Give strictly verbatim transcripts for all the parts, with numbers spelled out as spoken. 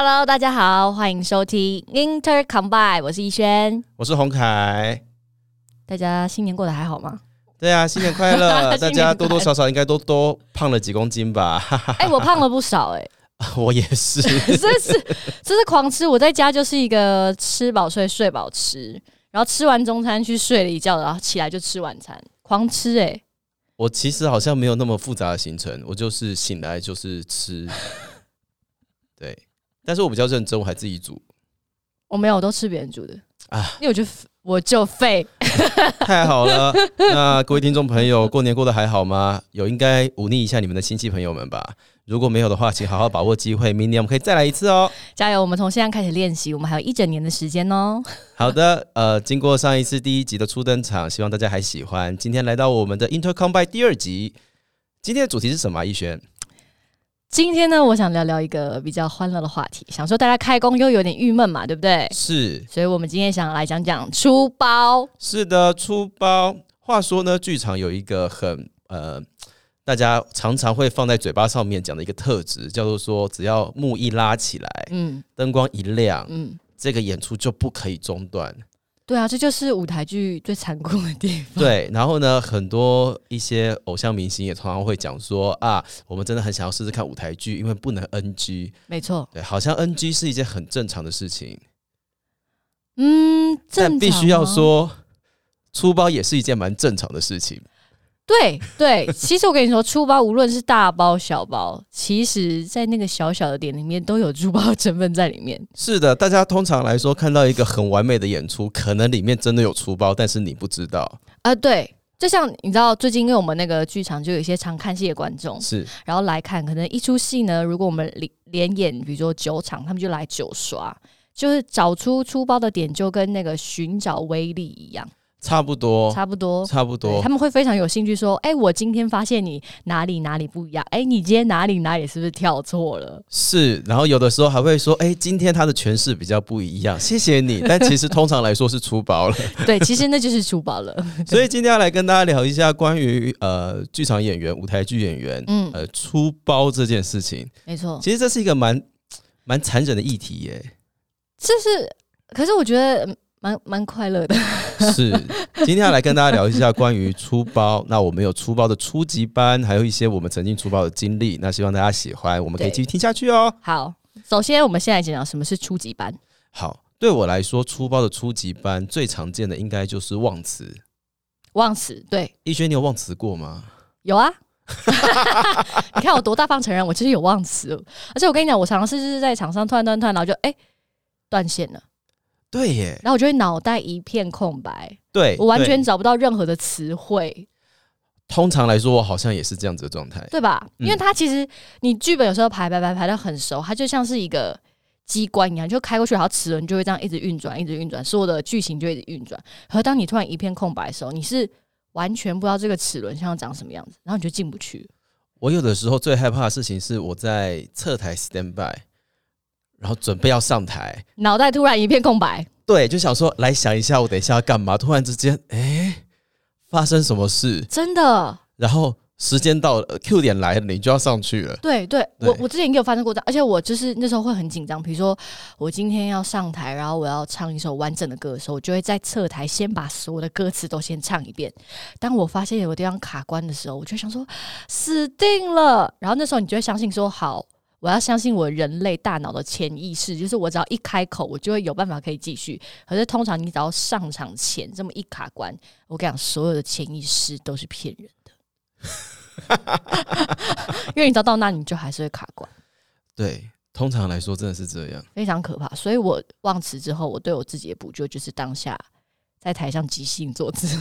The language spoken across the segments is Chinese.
Hello， 大家好，欢迎收听 Intercombine， 我是逸轩， 我是洪凯。 大家新年过得还好吗？ 对啊，新年快乐！大家多多少少应该都多胖了几公斤吧？ 哎、欸，我胖了不少哎、 欸，我也是， 这是这是狂吃。我在家就是一个吃饱睡，睡饱吃，然后吃完中餐去睡了一觉，然后起来就吃晚餐，狂吃哎、欸。 我其实好像没有那么复杂的行程，我就是醒来就是吃，对。但是我比较认真，我还自己煮。 我没有，我都吃别人煮的啊， 因为我就我就废。 太好了，那各位听众朋友，过年过得还好吗？有应该忤逆一下你们的亲戚朋友们吧。如果没有的话，请好好把握机会，明年我们可以再来一次哦。 加油！我们从现在开始练习，我们还有一整年的时间哦。 好的，呃，经过上一次第一集的初登场，希望大家还喜欢。今天来到我们的 Intercombine 第二集，今天的主题是什么啊？逸轩？ 今天呢，我想聊聊一个比较欢乐的话题。想说大家开工又有点郁闷嘛，对不对？ 是， 所以我们今天想来讲讲出包。 是的，出包。话说呢，剧场有一个很呃，大家常常会放在嘴巴上面讲的一个特质，叫做说，只要幕一拉起来，嗯，灯光一亮，嗯，这个演出就不可以中断。 对啊，这就是舞台剧最残酷的地方。 对，然后呢，很多一些偶像明星也常常会讲说啊，我们真的很想要试试看舞台剧，因为不能 N G。 没错， 对，好像 N G 是一件很正常的事情。 嗯，正常吗？ 但必须要说，出包也是一件蛮正常的事情。 对对，其实我跟你说，出包无论是大包小包，其实在那个小小的点里面都有出包的成分在里面。 是的，大家通常来说看到一个很完美的演出，可能里面真的有出包，但是你不知道。 啊、呃，对，就像你知道，最近因为我们那个剧场就有一些常看戏的观众， 是， 然后来看，可能一出戏呢，如果我们连演，比如说九场，他们就来九刷，就是找出出包的点，就跟那个寻找威力一样。 差不多， 差不多， 差不多。 他们会非常有兴趣说：“哎、欸，我今天发现你哪里哪里不一样？哎、欸，你今天哪里哪里是不是跳错了？” 是，然后有的时候还会说：“哎、欸，今天他的诠释比较不一样，谢谢你。”但其实通常来说是出包了。 对，其实那就是出包了。 所以今天要来跟大家聊一下关于呃剧场演员、舞台剧演员，嗯，呃出包这件事情。 没错， 其实这是一个蛮蛮残忍的议题耶。 这是，可是我觉得。蛮蛮快乐的， 是。今天要来跟大家聊一下关于出包，那我们有出包的初级班，还有一些我们曾经出包的经历，那希望大家喜欢，我们可以继续听下去哦。 好，首先我们现在讲讲什么是初级班。 好，对我来说，出包的初级班最常见的应该就是忘词。 忘词，对。 逸轩，你有忘词过吗？ 有啊。你看我多大方承认，我其实有忘词，而且我跟你讲，我常常是在场上突然突然突然，然后就哎断线了。 对耶， 然后我就会脑袋一片空白， 对我完全找不到任何的词汇。 通常来说，我好像也是这样子的状态， 对吧？嗯、因为它其实你剧本有时候排排排排到很熟，它就像是一个机关一样，你就开过去，然后齿轮就会这样一直运转，一直运转，所有的剧情就一直运转。和当你突然一片空白的时候，你是完全不知道这个齿轮像长什么样子，然后你就进不去。 我有的时候最害怕的事情是我在侧台 stand by。然后准备要上台， 脑袋突然一片空白， 对，就想说来想一下，我等一下要干嘛？突然之间，哎，发生什么事？ 真的。 然后时间到了 ，Q 点来了，你就要上去了。 对对，我我之前也有发生过这样，而且我就是那时候会很紧张。比如说我今天要上台，然后我要唱一首完整的歌的时候，我就会在侧台先把所有的歌词都先唱一遍。当我发现有个地方卡关的时候，我就想说死定了。然后那时候你就会相信说好。我要相信我人类大脑的潜意识，就是我只要一开口，我就会有办法可以继续。可是通常你只要上场前这么一卡关，我跟你讲，所有的潜意识都是骗人的，因为你知道到那你就还是会卡关。 对，通常来说真的是这样， 非常可怕。所以我忘词之后，我对我自己的补救就是当下在台上即兴作词。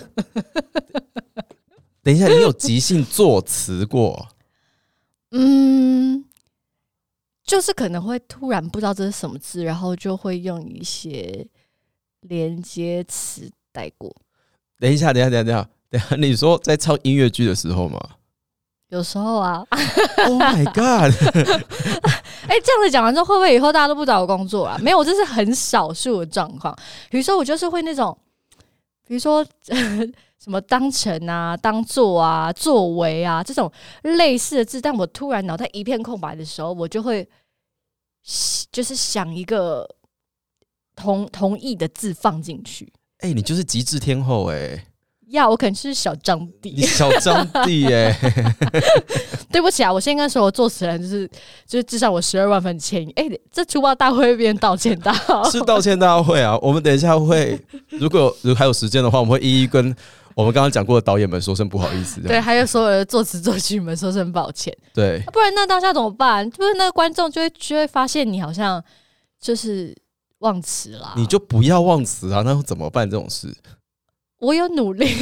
等一下，你有即兴作词过？ 嗯。就是可能会突然不知道这是什么字，然后就会用一些连接词带过。 等一下，等一下，等一下，等一下，你说在唱音乐剧的时候吗？ 有时候啊。 Oh my god！ 哎、欸，这样子讲完之后，会不会以后大家都不找我工作啊？没有，这是很少数的状况。比如说，我就是会那种，比如说。什么当成啊、当做啊、作为啊这种类似的字，但我突然脑袋一片空白的时候，我就会就是想一个同同意的字放进去。 哎、欸，你就是极致天后哎、欸！ 呀，我可能是小张帝， 你小张帝哎、欸！ 对不起啊，我先跟所有作词人就是就是至少我十二万分歉意。哎、欸，这出包大会会变道歉大会， 是道歉大会啊！我们等一下会，如果如果还有时间的话，我们会一一跟我们刚刚讲过的导演们说声不好意思。 对，还有所有的作词作曲们说声抱歉。 对， 不然那当下怎么办？就是那个观众就会就会发现你好像就是忘词啦。 你就不要忘词啊！那怎么办这种事？ 我有努力。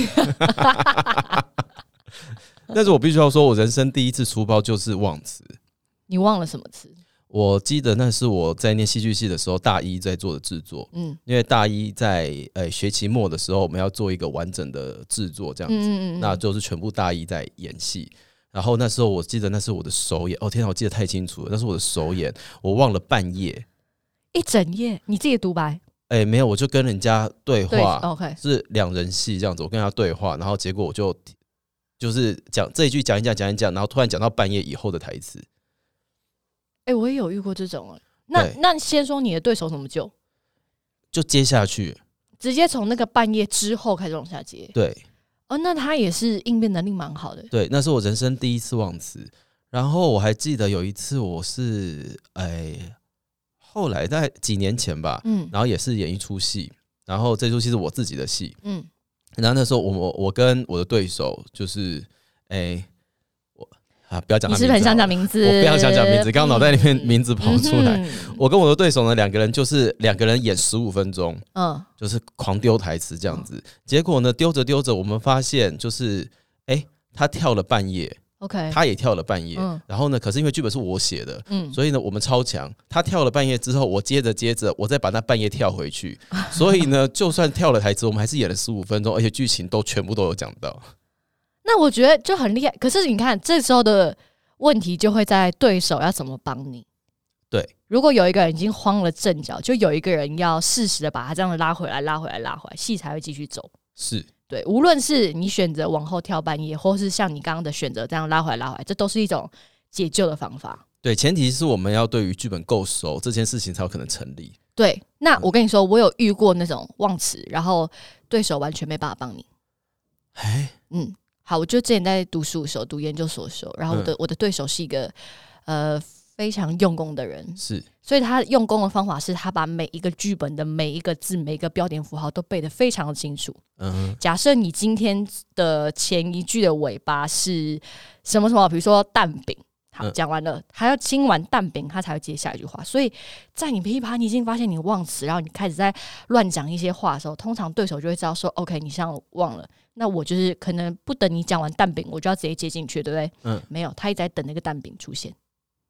但是我必须要说，我人生第一次出包就是忘词。 你忘了什么词？ 我记得那是我在念戏剧系的时候，大一在做的制作。嗯，因为大一在呃学期末的时候，我们要做一个完整的制作，这样子，嗯嗯嗯，那就是全部大一在演戏。然后那时候我记得那是我的首演，哦天哪，我记得太清楚了，那是我的首演，我忘了半夜，一整夜，你自己的独白。 哎、欸，没有，我就跟人家对话， 对 OK， 是两人戏这样子，我跟他对话，然后结果我就就是讲这一句讲一讲讲一讲，然后突然讲到半夜以后的台词。 哎、欸，我也有遇过这种。那那先说你的对手怎么救？ 就接下去， 直接从那个半夜之后开始往下接。 对， 哦，那他也是应变能力蛮好的。 对，那是我人生第一次忘词。然后我还记得有一次，我是哎。欸后来在几年前吧，嗯，然后也是演一出戏，然后这出戏是我自己的戏，嗯，然后那时候我我我跟我的对手就是，哎、欸，我啊不要讲， 你是不是很想讲名字？ 我非常想讲名字，刚刚脑袋里面名字跑出来。嗯、我跟我的对手呢，两个人就是两个人演十五分钟，嗯，就是狂丢台词这样子。嗯、结果呢，丢着丢着，我们发现就是，哎、欸，他跳了半夜。 OK， 他也跳了半夜，嗯、然后呢，可是因为剧本是我写的，嗯、所以呢，我们超强。他跳了半夜之后，我接着接着，我再把那半夜跳回去。所以呢，就算跳了台词，我们还是演了十五分钟，而且剧情都全部都有讲到。 那我觉得就很厉害。可是你看，这时候的问题就会在对手要怎么帮你。 对， 如果有一个人已经慌了阵脚，就有一个人要适时的把他这样拉回来、拉回来、拉回来，戏才会继续走。 是。 对，无论是你选择往后跳半夜，或是像你刚刚的选择这样拉回来拉回来，这都是一种解救的方法。 对，前提是我们要对于剧本够熟，这件事情才有可能成立。 对，那我跟你说，我有遇过那种忘词，然后对手完全没办法帮你。 哎， 嗯，好，我就之前在读书的时候，读研究所的时候，然后我的、嗯、我的对手是一个呃非常用功的人， 是。 所以他用功的方法是他把每一个剧本的每一个字、每一个标点符号都背得非常的清楚。嗯，假设你今天的前一句的尾巴是什么什么，比如说蛋饼，好，讲完了，还要亲完蛋饼，他才会接下一句话。所以在你噼啪，你已经发现你忘词，然后你开始在乱讲一些话的时候，通常对手就会知道说 ，OK， 你像忘了，那我就是可能不等你讲完蛋饼，我就要直接接进去，对不对？嗯，没有，他一直在等那个蛋饼出现。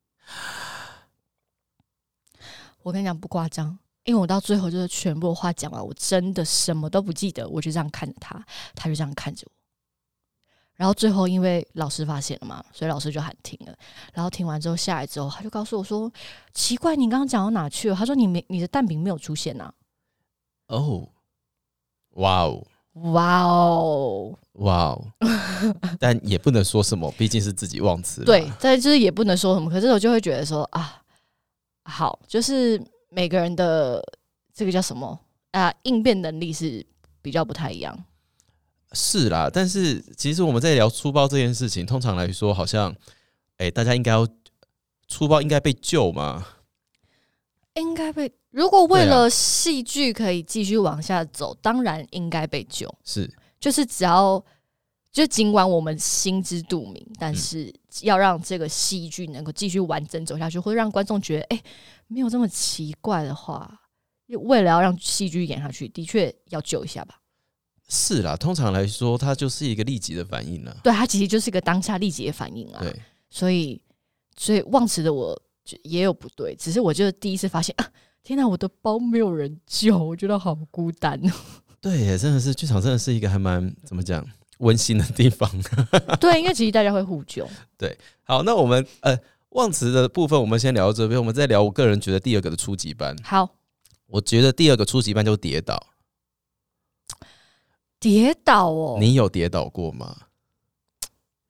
我跟你讲不夸张，因为我到最后就是全部的话讲完，我真的什么都不记得，我就这样看着他，他就这样看着我。然后最后因为老师发现了嘛，所以老师就喊停了。然后停完之后下来之后，他就告诉我说：“奇怪，你刚刚讲到哪去了？”他说：“你没你的蛋饼没有出现啊。” 哦，哇哦， 哇哦， 哇哦！但也不能说什么，毕竟是自己忘词了。 对，但就是也不能说什么。可是我就会觉得说啊。好，就是每个人的这个叫什么啊，应变能力是比较不太一样。 是啦，但是其实我们在聊出包这件事情，通常来说，好像，哎、欸，大家应该要出包，应该被救吗？ 应该被。如果为了戏剧可以继续往下走，啊、当然应该被救。 是， 就是只要。就尽管我们心知肚明，但是要让这个戏剧能够继续完整走下去，或者让观众觉得哎、欸、没有这么奇怪的话，为了要让戏剧演下去，的确要救一下吧。 是啦，通常来说，它就是一个立即的反应啦。 对，它其实就是一个当下立即的反应啊。 对， 所以所以忘词的我也有不对，只是我就第一次发现啊，天哪，我的包没有人救，我觉得好孤单。 对耶，真的是剧场真的是一个还蛮怎么讲温馨的地方。 对，因为其实大家会互救。 对，好，那我们呃忘词的部分我们先聊到这边，我们再聊我个人觉得第二个的初级班。 好， 我觉得第二个初级班就是跌倒。 跌倒哦， 你有跌倒过吗？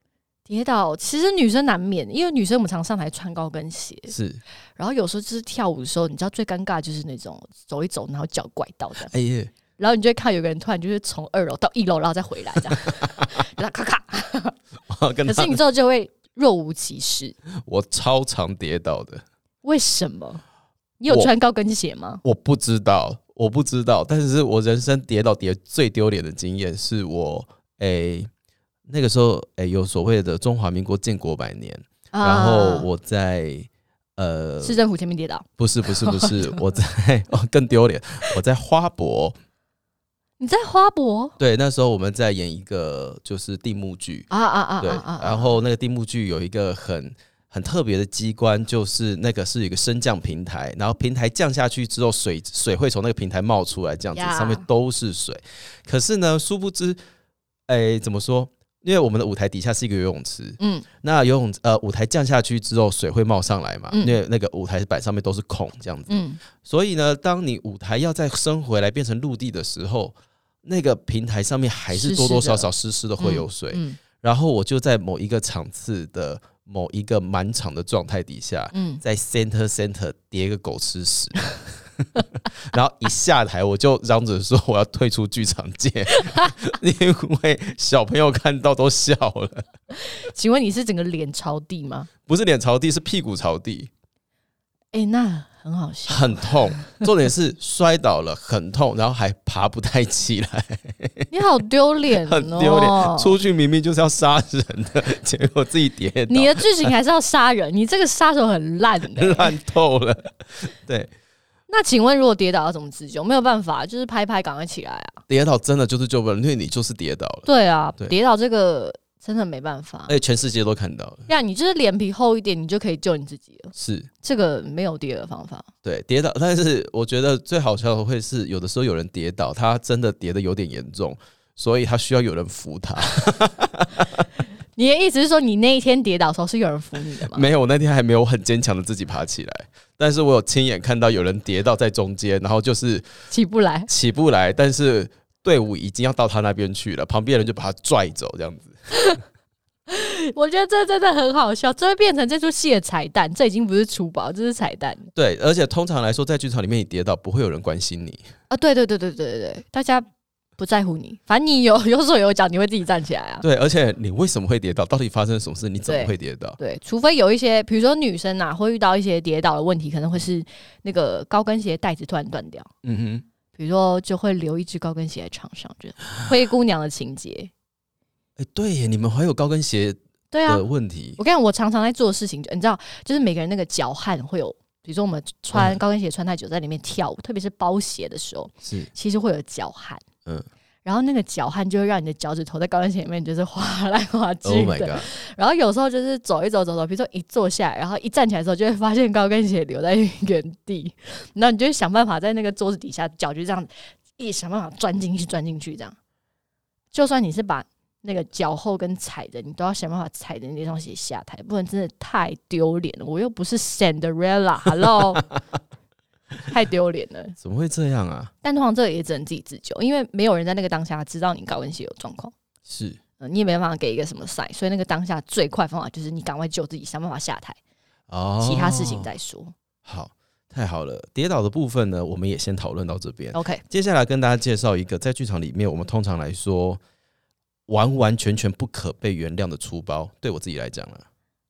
跌倒其实女生难免，因为女生我们常上台穿高跟鞋， 是， 然后有时候就是跳舞的时候，你知道最尴尬就是那种走一走，然后脚拐到这样， 哎呀， 然后你就会看有个人突然就是从二楼到一楼，然后再回来这样，然后咔咔，可是你之后就会若无其事。 我超常跌倒的， 为什么？你有穿高跟鞋吗？ 我, 我不知道，我不知道，但是我人生跌倒跌最丢脸的经验是我诶。那个时候，欸、有所谓的中华民国建国百年，啊、然后我在呃市政府前面跌倒， 不是不是不是，我在、哦、更丢脸，我在花博。 你在花博？ 对，那时候我们在演一个就是地幕剧啊啊啊， 对，然后那个地幕剧有一个很很特别的机关，就是那个是一个升降平台，然后平台降下去之后，水水会从那个平台冒出来，这样子，上面都是水。可是呢，殊不知，哎、欸，怎么说？因为我们的舞台底下是一个游泳池，嗯，那游泳呃舞台降下去之后，水会冒上来嘛，嗯、因为那个舞台板上面都是孔这样子，嗯，所以呢，当你舞台要再升回来变成陆地的时候，那个平台上面还是多多少少湿湿的会有水，嗯嗯、然后我就在某一个场次的某一个满场的状态底下，嗯，在 center center 叠个狗吃屎。然后一下台我就嚷着说我要退出剧场界，因为小朋友看到都笑了。 请问你是整个脸朝地吗？ 不是脸朝地，是屁股朝地。 哎、欸，那很好笑， 很痛。重点是摔倒了，很痛，然后还爬不太起来。 你好丢脸、哦， 很丢脸。出去明明就是要杀人的，结果自己跌倒。 你的剧情还是要杀人，你这个杀手很烂的、欸， 烂透了。对。 那请问，如果跌倒要怎么自救？没有办法，就是拍拍，赶快起来啊！ 跌倒真的就是救不了，因为你就是跌倒了。 对啊，对跌倒这个真的没办法， 而且全世界都看到了。 呀，你就是脸皮厚一点，你就可以救你自己了。 是，这个没有第二个方法。 对，跌倒，但是我觉得最好笑的会是，有的时候有人跌倒，他真的跌得有点严重，所以他需要有人扶他。 你的意思是说，你那一天跌倒的时候是有人扶你的吗？ 没有，我那天还没有很坚强的自己爬起来，但是我有亲眼看到有人跌倒在中间，然后就是起不来， 起不来，但是队伍已经要到他那边去了，旁边人就把他拽走，这样子。 我觉得这真的很好笑，这会变成这出戏的彩蛋，这已经不是出宝，这是彩蛋。 对，而且通常来说，在剧场里面你跌倒，不会有人关心你啊！对对对对对对对，大家不在乎你，反正你有有手有脚，你会自己站起来啊。 对，而且你为什么会跌倒？到底发生什么事？你怎么会跌倒？ 对，对除非有一些，比如说女生啊，会遇到一些跌倒的问题，可能会是那个高跟鞋带子突然断掉。嗯哼，比如说就会留一只高跟鞋在场上，就灰姑娘的情节。 哎、欸，对耶，你们还有高跟鞋的问题。 啊、我跟你讲，我常常在做的事情，你知道，就是每个人那个脚汗会有。比如说我们穿高跟鞋穿太久，在里面跳舞，特别是包鞋的时候，是其实会有脚汗，嗯，然后那个脚汗就会让你的脚趾头在高跟鞋里面就是滑来滑去的。Oh my god！ 然后有时候就是走一走走走，比如说一坐下来，然后一站起来的时候，就会发现高跟鞋留在原地，然后你就会想办法在那个桌子底下，脚就这样一想办法钻进去，钻进去这样。就算你是把那个脚后跟踩着，你都要想办法踩着那双鞋下台，不然真的太丢脸了。我又不是 Cinderella，Hello， 太丢脸了。 怎么会这样啊？ 但通常这个也只能自己自救，因为没有人在那个当下知道你高跟鞋有状况。 是、 呃，你也没办法给一个什么 sign， 所以那个当下最快方法就是你赶快救自己，想办法下台。哦，其他事情再说。 好，太好了。跌倒的部分呢，我们也先讨论到这边。 OK， 接下来跟大家介绍一个在剧场里面，我们通常来说。完完全全不可被原谅的粗包，对我自己来讲了，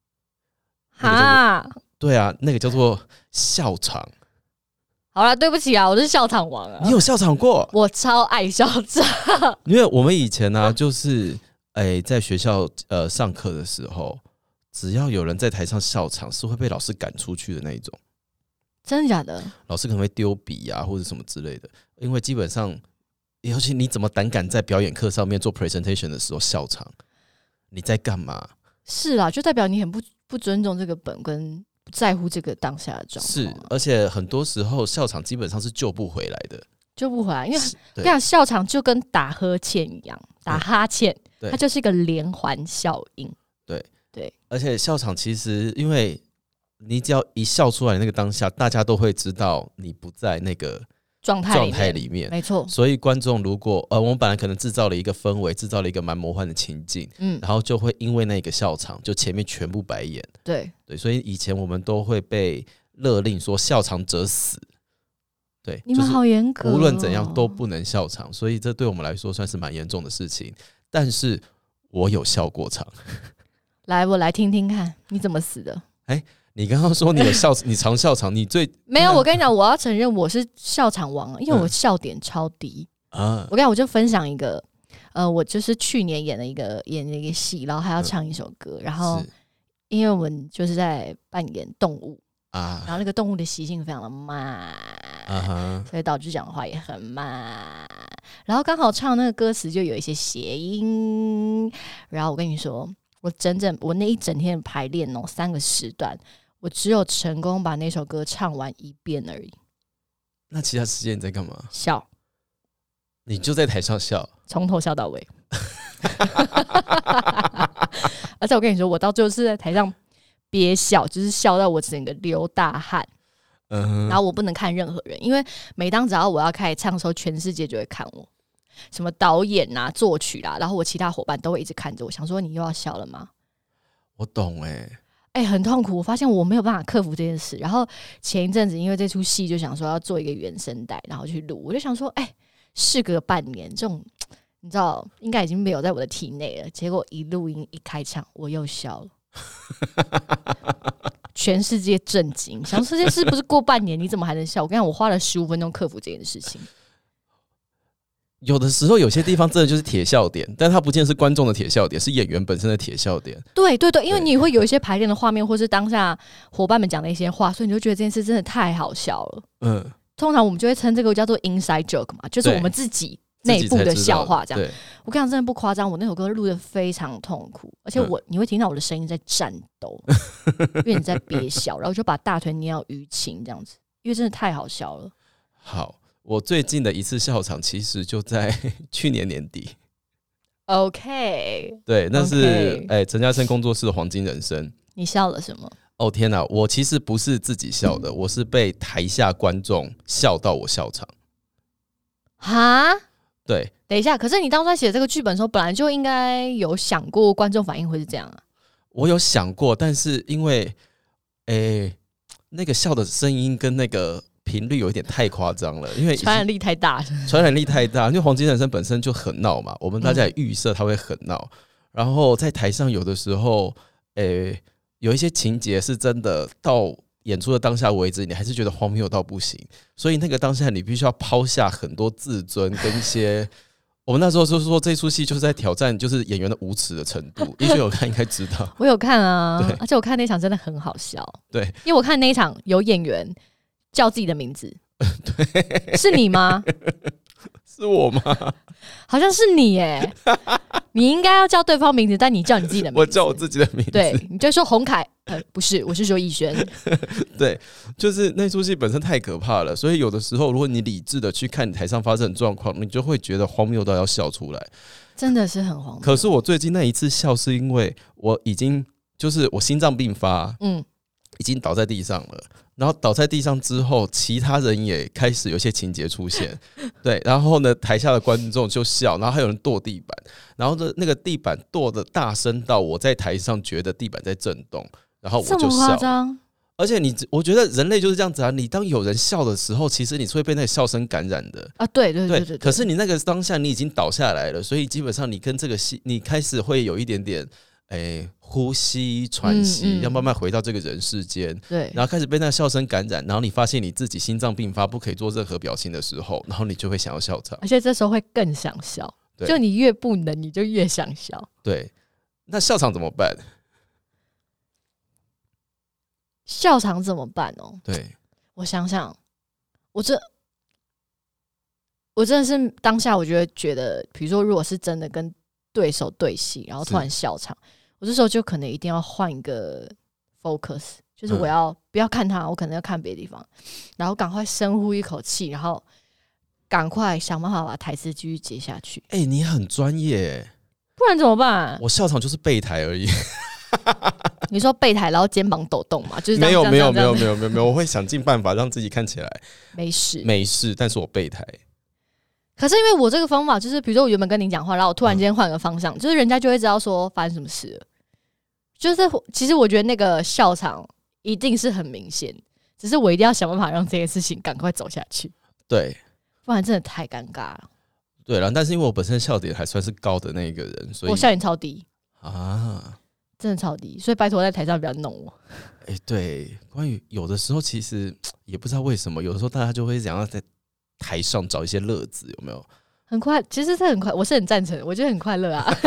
哈、那個，对啊，那个叫做笑场。 好啦，对不起啊，我是笑场王啊。 你有笑场过？ 我超爱笑场， 因为我们以前呢、啊，就是哎、欸，在学校呃上课的时候，只要有人在台上笑场，是会被老师赶出去的那一种。 真的假的？ 老师可能会丢笔啊，或者什么之类的，因为基本上。尤其你怎么胆敢在表演课上面做 presentation 的时候笑场？你在干嘛？ 是啦，就代表你很不不尊重这个本，跟不在乎这个当下的状况。 是，而且很多时候笑场基本上是救不回来的， 救不回来，因为我跟你讲，笑场就跟打呵欠一样，打哈欠，它就是一个连环效应。 对对， 而且笑场其实，因为你只要一笑出来，那个当下，大家都会知道你不在那个。 状态状态里面， 没错。 所以观众如果呃，我们本来可能制造了一个氛围，制造了一个蛮魔幻的情境，嗯，然后就会因为那个笑场，就前面全部白眼。 对对，所以以前我们都会被勒令说笑场者死。对， 你们好严格、哦， 无论怎样都不能笑场，所以这对我们来说算是蛮严重的事情。但是我有笑过场，来， 我来听听看你怎么死的。 哎、欸，你刚刚说你有笑，你常笑场，你最没有？我跟你讲，我要承认我是笑场王，因为我笑点超低。嗯，我跟你讲，我就分享一个，呃，我就是去年演了一个演了一个戏，然后还要唱一首歌，嗯、然后因为我们就是在扮演动物。啊，然后那个动物的习性非常的慢，啊、所以导致讲的话也很慢。然后刚好唱那个歌词就有一些谐音，然后我跟你说，我整整我那一整天的排练哦，三个时段，我只有成功把那首歌唱完一遍而已。 那其他时间你在干嘛？ 笑。 你就在台上笑， 从头笑到尾。而且我跟你说，我到最后是在台上憋笑，就是笑到我整个流大汗，嗯，然后我不能看任何人，因为每当只要我要开始唱的时候，全世界就会看我，什么导演啊、作曲啦、啊，然后我其他伙伴都会一直看着我，想说你又要笑了吗？ 我懂哎、欸， 哎、欸，很痛苦。我发现我没有办法克服这件事。然后前一阵子因为这出戏就想说要做一个原声带，然后去录，我就想说，哎、欸，事隔半年，这种你知道应该已经没有在我的体内了。结果一录音一开唱，我又笑了。全世界震惊，想这件事不是过半年你怎么还能笑？我跟你讲，我花了十五分钟克服这件事情。 有的时候有些地方真的就是铁笑点，但它不见得是观众的铁笑点，是演员本身的铁笑点。 对对对，因为你会有一些排练的画面，或是当下伙伴们讲的一些话，所以你就觉得这件事真的太好笑了。嗯，通常我们就会称这个叫做 inside joke 嘛，就是我们自己内部的笑话这样。我跟你讲，真的不夸张，我那首歌录得非常痛苦，而且我、嗯、你会听到我的声音在颤抖，因为你在憋笑，然后就把大腿捏到淤青这样子，因为真的太好笑了。 好，我最近的一次笑场其实就在去年年底。 OK， 对，那是哎陈嘉生工作室的黄金人生。 你笑了什么？ 哦天哪，我其实不是自己笑的，我是被台下观众笑到我笑场。 哈？ 对， 等一下，可是你当初写这个剧本的时候，本来就应该有想过观众反应会是这样啊。 我有想过，但是因为，诶，那个笑的声音跟那个频率有一点太夸张了，因为传染力太大了， 传染力太大。因为黄金人生本身就很闹嘛，我们大家也预设他会很闹、嗯，然后在台上有的时候，诶，有一些情节是真的到演出的当下为止，你还是觉得荒谬到不行，所以那个当下你必须要抛下很多自尊跟一些。我们那时候就是说，这出戏就是在挑战，就是演员的无耻的程度。一轩有看应该知道， 我有看啊，而且我看那场真的很好笑。 对， 因为我看那一场有演员叫自己的名字，对，是你吗？ 是我吗？ 好像是你耶，你应该要叫对方名字，但你叫你自己的名字。 我叫我自己的名字， 对，你就说洪凯，呃，不是，我是说逸轩。 对，就是那出戏本身太可怕了，所以有的时候，如果你理智的去看你台上发生的状况，你就会觉得荒谬到要笑出来， 真的是很荒谬。 可是我最近那一次笑，是因为我已经就是我心脏病发，嗯，已经倒在地上了。然后倒在地上之后，其他人也开始有一些情节出现，对，然后呢，台下的观众就笑，然后还有人跺地板，然后呢，那个地板跺的大声到我在台上觉得地板在震动，然后我就笑。这么夸张？而且你，我觉得人类就是这样子啊，你当有人笑的时候，其实你是会被那个笑声感染的啊，对对 对, 对, 对, 对。 可是你那个当下你已经倒下来了，所以基本上你跟这个戏，你开始会有一点点。欸、呼吸喘息、嗯嗯，要慢慢回到这个人世间。对，然后开始被那个笑声感染，然后你发现你自己心脏病发，不可以做任何表情的时候，然后你就会想要笑场， 而且这时候会更想笑。就你越不能，你就越想笑。 对，那笑场怎么办？ 笑场怎么办哦？ 对， 我想想，我这我真的是当下，我觉得觉得，比如说，如果是真的跟对手对戏，然后突然笑场。我这时候就可能一定要换一个 focus， 就是我要、嗯、不要看他，我可能要看别的地方，然后赶快深呼一口气，然后赶快想办法把台词继续接下去。 哎、欸，你很专业， 不然怎么办？ 我笑场就是备台而已。 你说备台，然后肩膀抖动嘛？就是没有没有没有没有没有没有，我会想尽办法让自己看起来没事没事，但是我备台。 可是因为我这个方法就是，比如说我原本跟你讲话，然后我突然间换个方向，嗯、就是人家就会知道说发生什么事了。就是其实我觉得那个笑场一定是很明显，只是我一定要想办法让这件事情赶快走下去。 对， 不然真的太尴尬了。 对了，但是因为我本身笑点还算是高的那一个人，所以我笑点超低啊， 真的超低，所以拜托在台上不要弄我。 哎、欸，对，关于有的时候其实也不知道为什么，有的时候大家就会想要在台上找一些乐子，有没有？ 很快，其实是很快，我是很赞成，我觉得很快乐啊。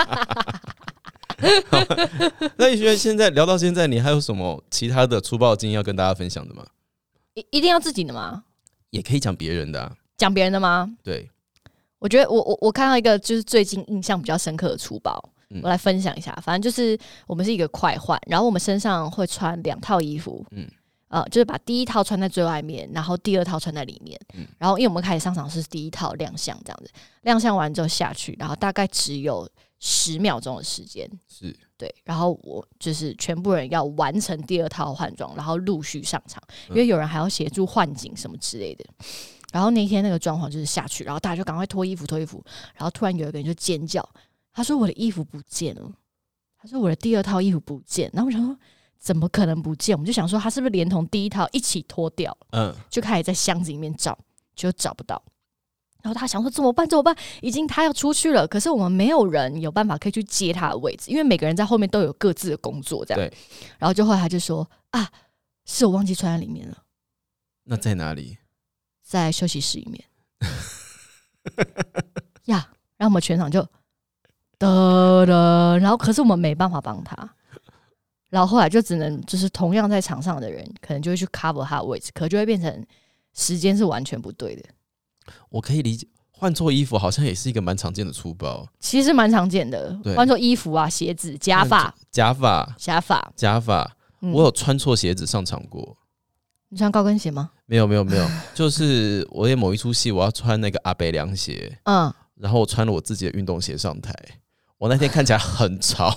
那你觉得现在聊到现在，你还有什么其他的粗暴经验要跟大家分享的吗？ 一一定要自己的吗？ 也可以讲别人的啊。 讲别人的吗？ 对， 我觉得我我我看到一个就是最近印象比较深刻的粗暴。嗯、我来分享一下，反正就是我们是一个快换，然后我们身上会穿两套衣服，嗯，呃，就是把第一套穿在最外面，然后第二套穿在里面，嗯，然后因为我们开始上场是第一套亮相这样子，亮相完之后下去，然后大概只有十秒钟的时间， 是对，然后我就是全部人要完成第二套换装，然后陆续上场，因为有人还要协助换景什么之类的。然后那天那个状况就是下去，然后大家就赶快脱衣服脱衣服，然后突然有一个人就尖叫。他说我的衣服不见了，他说我的第二套衣服不见，然后我想说怎么可能不见？我们就想说他是不是连同第一套一起脱掉了？嗯，就开始在箱子里面找，就找不到。然后他想说怎么办？怎么办？已经他要出去了，可是我们没有人有办法可以去接他的位置，因为每个人在后面都有各自的工作，这样。对。然后就后来他就说啊，是我忘记穿在里面了。 那在哪里？ 在休息室里面。呀，然后我们全场就。的的，然后可是我们没办法帮他，然后后来就只能就是同样在场上的人，可能就会去 cover 他的位置，可就会变成时间是完全不对的。 我可以理解，换错衣服好像也是一个蛮常见的粗暴， 其实蛮常见的。换错衣服啊、鞋子、假发、 假发、 假发、 假发，我有穿错鞋子上场过。 你穿高跟鞋吗？ 没有没有没有，就是我演某一出戏，我要穿那个阿北凉鞋，嗯，然后我穿了我自己的运动鞋上台。我那天看起来很潮。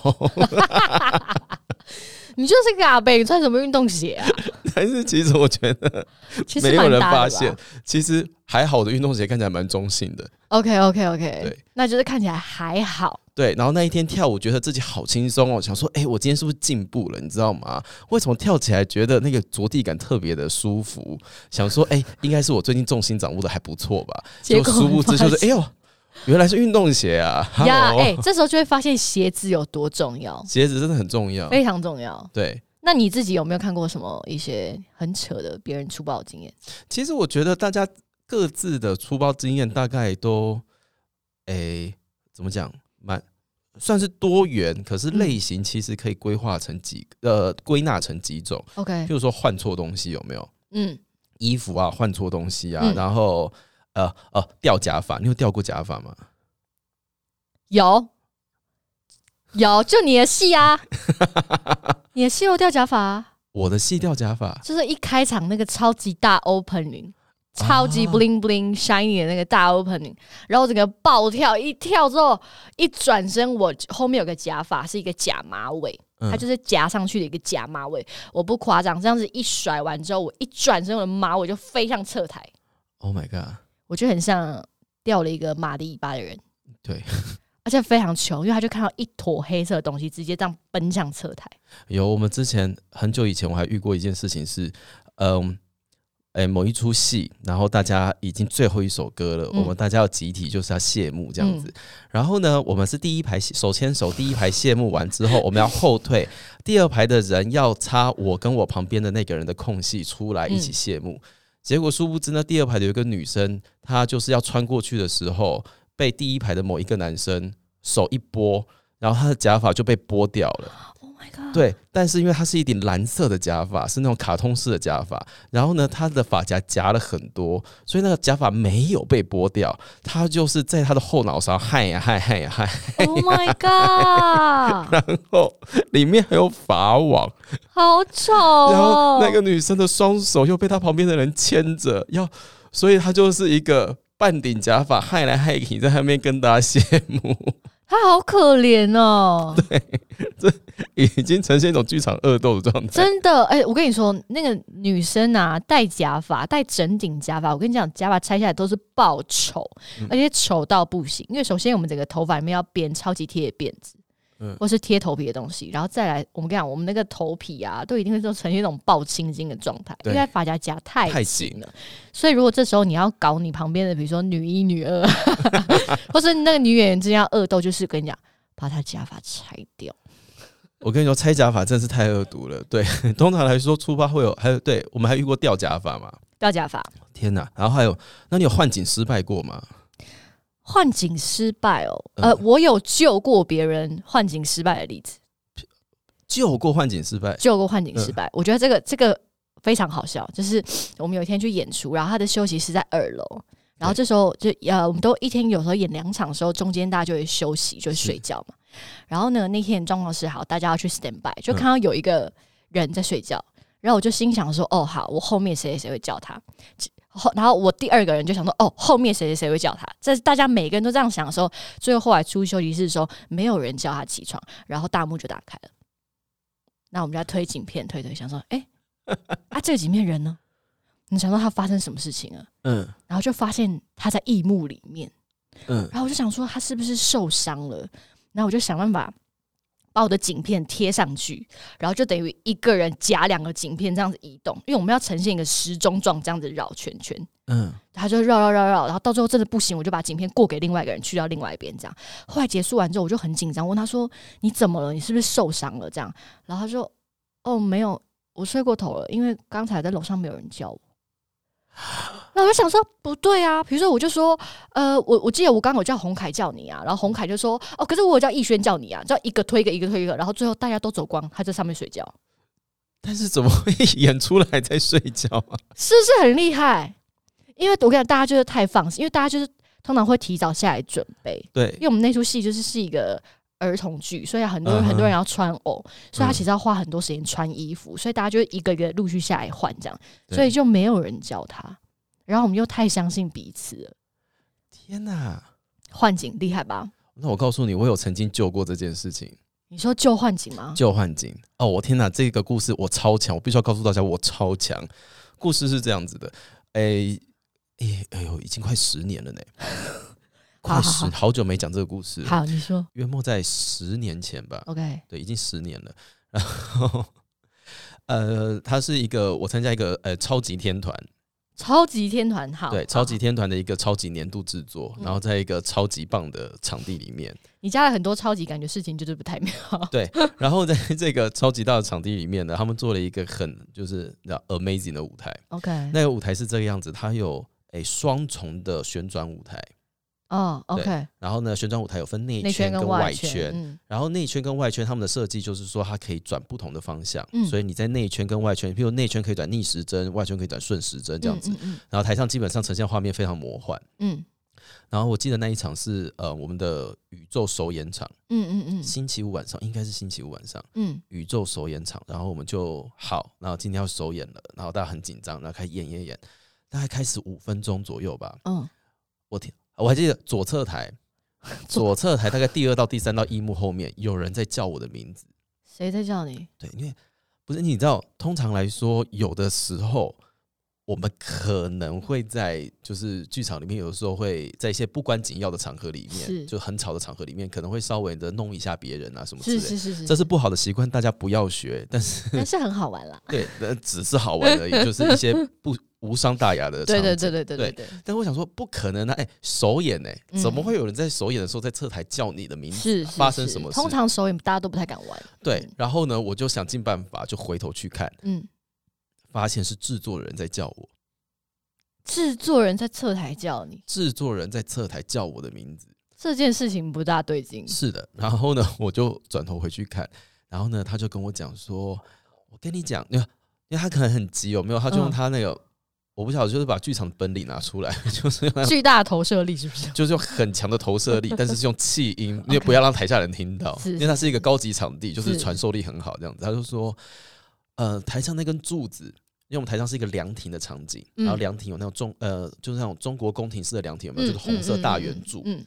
你就是个阿伯，你穿什么运动鞋啊？ 但是其实我觉得没有人发现，其实还好，我的运动鞋看起来蛮中性的。 OK OK OK， 对，那就是看起来还好。 对，然后那一天跳舞，觉得自己好轻松哦，想说，哎、欸，我今天是不是进步了？你知道吗？为什么跳起来觉得那个着地感特别的舒服？想说，哎、欸，应该是我最近重心掌握的还不错吧？结果殊不知就是，哎呦。原来是运动鞋啊！ 呀，哎，这时候就会发现鞋子有多重要。 鞋子真的很重要， 非常重要。 对， 那你自己有没有看过什么一些很扯的别人粗暴的经验？ 其实我觉得大家各自的粗暴经验大概都，哎、欸，怎么讲，蛮算是多元，可是类型其实可以规划成几呃归纳成几种。OK， 譬如说换错东西有没有？嗯，衣服啊，换错东西啊，嗯、然后。呃呃，掉假发，你有掉过假发吗？ 有，有，就你的戏啊，你的戏有掉假发、啊， 我的戏掉假发， 就是一开场那个超级大 opening， 超级 bling bling shiny 的那个大 opening， 然后整个爆跳，一跳之后一转身，我后面有个假发是一个假马尾。它就是夹上去的一个假马尾，我不夸张，这样子一甩完之后，我一转身，我的马尾就飞向侧台。 Oh my god！ 我觉得很像掉了一个马的尾巴的人， 对， 而且非常穷，因为他就看到一坨黑色的东西直接这样奔向侧台。 有，我们之前很久以前我还遇过一件事情是，嗯，哎、欸，某一出戏，然后大家已经最后一首歌了，嗯、我们大家要集体就是要谢幕这样子。嗯、然后呢，我们是第一排手牵手，第一排谢幕完之后，我们要后退，第二排的人要插我跟我旁边的那个人的空隙出来一起谢幕。嗯结果殊不知呢，第二排的有一个女生，她就是要穿过去的时候，被第一排的某一个男生手一拨，然后她的假发就被拨掉了。 Oh my god！ 对，但是因为它是一顶蓝色的假发，是那种卡通式的假发，然后呢，她的发夹夹了很多，所以那个假发没有被拨掉，她就是在她的后脑勺嗨呀嗨嗨呀嗨。 Oh my god！ 然后里面还有发网。 好丑哦！ 然后那个女生的双手又被她旁边的人牵着，要，所以她就是一个半顶假发，害来害去，在那边跟大家谢幕。 他好可怜哦。 对，这已经呈现一种剧场恶斗的状态。 真的，哎、欸，我跟你说，那个女生啊，戴假发，戴整顶假发，我跟你讲，假发拆下来都是爆丑，嗯、而且丑到不行。因为首先我们整个头发里面要编超级贴的辫子。嗯、或是贴头皮的东西，然后再来，我们跟你讲，我们那个头皮啊，都一定会呈现一种爆青筋的状态，因为发夹夹太紧了。所以如果这时候你要搞你旁边的，比如说女一、女二，或是那个女演员之间要恶斗，就是跟你讲，把她假发拆掉。 我跟你说，拆假发真的是太恶毒了。对，通常来说，出发会有，还有对我们还遇过掉假发嘛？ 掉假发， 天哪！然后还有，那你有换景失败过吗？ 换景失败哦，呃，我有救过别人换景失败的例子， 救过换景失败， 救过换景失败。嗯、我觉得这个这个非常好笑，就是我们有一天去演出，然后他的休息室在二楼，然后这时候就呃，我们都一天有时候演两场的时候，中间大家就会休息，就会睡觉嘛。然后呢，那天状况是好，大家要去 stand by， 就看到有一个人在睡觉，嗯、然后我就心想说，哦，好，我后面谁谁谁会叫他。然后我第二个人就想说，哦，后面谁谁谁会叫他？这大家每个人都这样想的时候，最后后来出休息室的时候，没有人叫他起床，然后大幕就打开了。那我们就在推景片，推推，想说，哎，啊，这个景片人呢？你想说他发生什么事情了？嗯，然后就发现他在异幕里面，嗯，然后我就想说他是不是受伤了？然后我就想办法把我的景片贴上去，然后就等于一个人夹两个景片这样子移动，因为我们要呈现一个时钟状这样子绕圈圈。嗯，他就绕绕绕绕，然后到最后真的不行，我就把景片过给另外一个人去到另外一边这样。后来结束完之后，我就很紧张，问他说：“你怎么了？你是不是受伤了？”这样，然后他说：“哦，没有，我睡过头了，因为刚才在楼上没有人叫我。”然后我就想说不对啊，比如说我就说呃，我我记得我刚刚有叫洪凯叫你啊，然后洪凯就说哦，可是我有叫逸轩叫你啊，叫一个推一个，一个推一个，然后最后大家都走光，他在上面睡觉。 但是怎么会演出来在睡觉啊？ 是不是很厉害？因为我跟你讲，大家就是太放心，因为大家就是通常会提早下来准备。对，因为我们那出戏就是是一个儿童剧，所以很多人、uh-huh. 很多人要穿偶，所以他其实要花很多时间穿衣服，嗯、所以大家就一个一个陆续下来换这样，所以就没有人教他。然后我们又太相信彼此了。 天哪， 幻景厉害吧？ 那我告诉你，我有曾经救过这件事情。 你说救幻景吗？ 救幻景哦！我天哪，这个故事我超强，我必须要告诉大家，我超强。故事是这样子的，哎、欸、哎、欸、哎呦，已经快十年了呢。快十好, 好, 好, 好久没讲这个故事了。 好，你说。 约莫在十年前吧。 OK， 对，已经十年了。然后，呃，它是一个我参加一个呃超级天团。 超级天团好， 对，超级天团的一个超级年度制作，然后在一个超级棒的场地里面， 你加了很多超级感觉事情，就是不太妙。 对，然后在这个超级大的场地里面呢，他们做了一个很就是叫 amazing 的舞台。 OK， 那个舞台是这个样子，它有诶双重的旋转舞台。 哦、oh, ，OK。 然后呢，旋转舞台有分内圈跟外圈，嗯、然后内圈跟外圈他们的设计就是说，它可以转不同的方向，嗯、所以你在内圈跟外圈，譬如内圈可以转逆时针，外圈可以转顺时针这样子。嗯嗯嗯、然后台上基本上呈现画面非常魔幻。嗯。然后我记得那一场是呃我们的宇宙首演场，嗯嗯嗯，星期五晚上应该是星期五晚上，嗯，宇宙首演场，然后我们就好，然后今天要首演了，然后大家很紧张，然后开始演演演，大概开始五分钟左右吧。嗯，我天。我还记得左侧台，左侧台大概第二到第三道一幕后面有人在叫我的名字。 谁在叫你？ 对，因为不是你知道，通常来说，有的时候我们可能会在就是剧场里面，有的时候会在一些不关紧要的场合里面，就很吵的场合里面，可能会稍微的弄一下别人啊什么之类的。 是是是是， 这是不好的习惯，大家不要学。但是但是很好玩啦。 对，只是好玩而已，就是一些不。无伤大雅的场景， 对对对对对 对, 对, 对。 但我想说，不可能啊！哎、欸，首演哎、欸，嗯、怎么会有人在首演的时候在侧台叫你的名字？ 是, 是发生什么事？ 通常首演大家都不太敢玩。 对，然后呢，我就想尽办法，就回头去看，嗯，发现是制作人在叫我。 制作人在侧台叫你？ 制作人在侧台叫我的名字， 这件事情不大对劲。 是的，然后呢，我就转头回去看，然后呢，他就跟我讲说：“我跟你讲，因为因为他可能很急，有没有？他就用他那个。嗯”我不晓得，就是把剧场的本领拿出来，就是用巨大的投射力，是不是？ 就是用很强的投射力，但是是用气音，因为不要让台下人听到， okay, 因为它是一个高级场地，就是传授力很好这样子。他就说，呃，台上那根柱子，因为我们台上是一个凉亭的场景，嗯、然后凉亭有那种中呃，就是那种中国宫廷式的凉亭，有没有？嗯、就是红色大圆柱。嗯，嗯嗯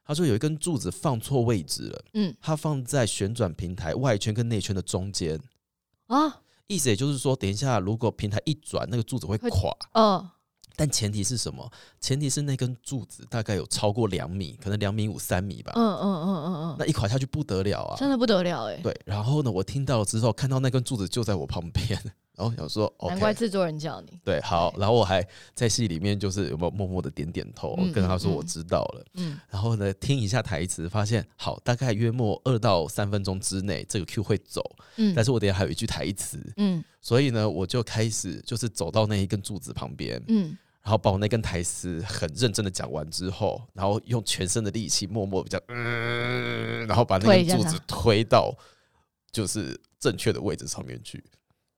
他说有一根柱子放错位置了，嗯，它放在旋转平台外圈跟内圈的中间啊，意思也就是说，等一下如果平台一转，那个柱子会垮，嗯。但前提是什么？前提是那根柱子大概有超过两米，可能两米五、三米吧。嗯嗯嗯嗯嗯，那一垮下去不得了啊！ 真的不得了哎、欸。 对，然后呢，我听到了之后，看到那根柱子就在我旁边，然后想说， 难怪制作人叫你。 对，好，然后我还在戏里面就是有没有默默的点点头，嗯、跟他说我知道了。嗯，然后呢，听一下台词，发现好，大概约莫二到三分钟之内，这个 Q 会走。嗯，但是我等一下还有一句台词。嗯，所以呢，我就开始就是走到那一根柱子旁边。嗯。然后把我那根台词很认真的讲完之后，然后用全身的力气默默比较，嗯，然后把那根柱子推到就是正确的位置上面去。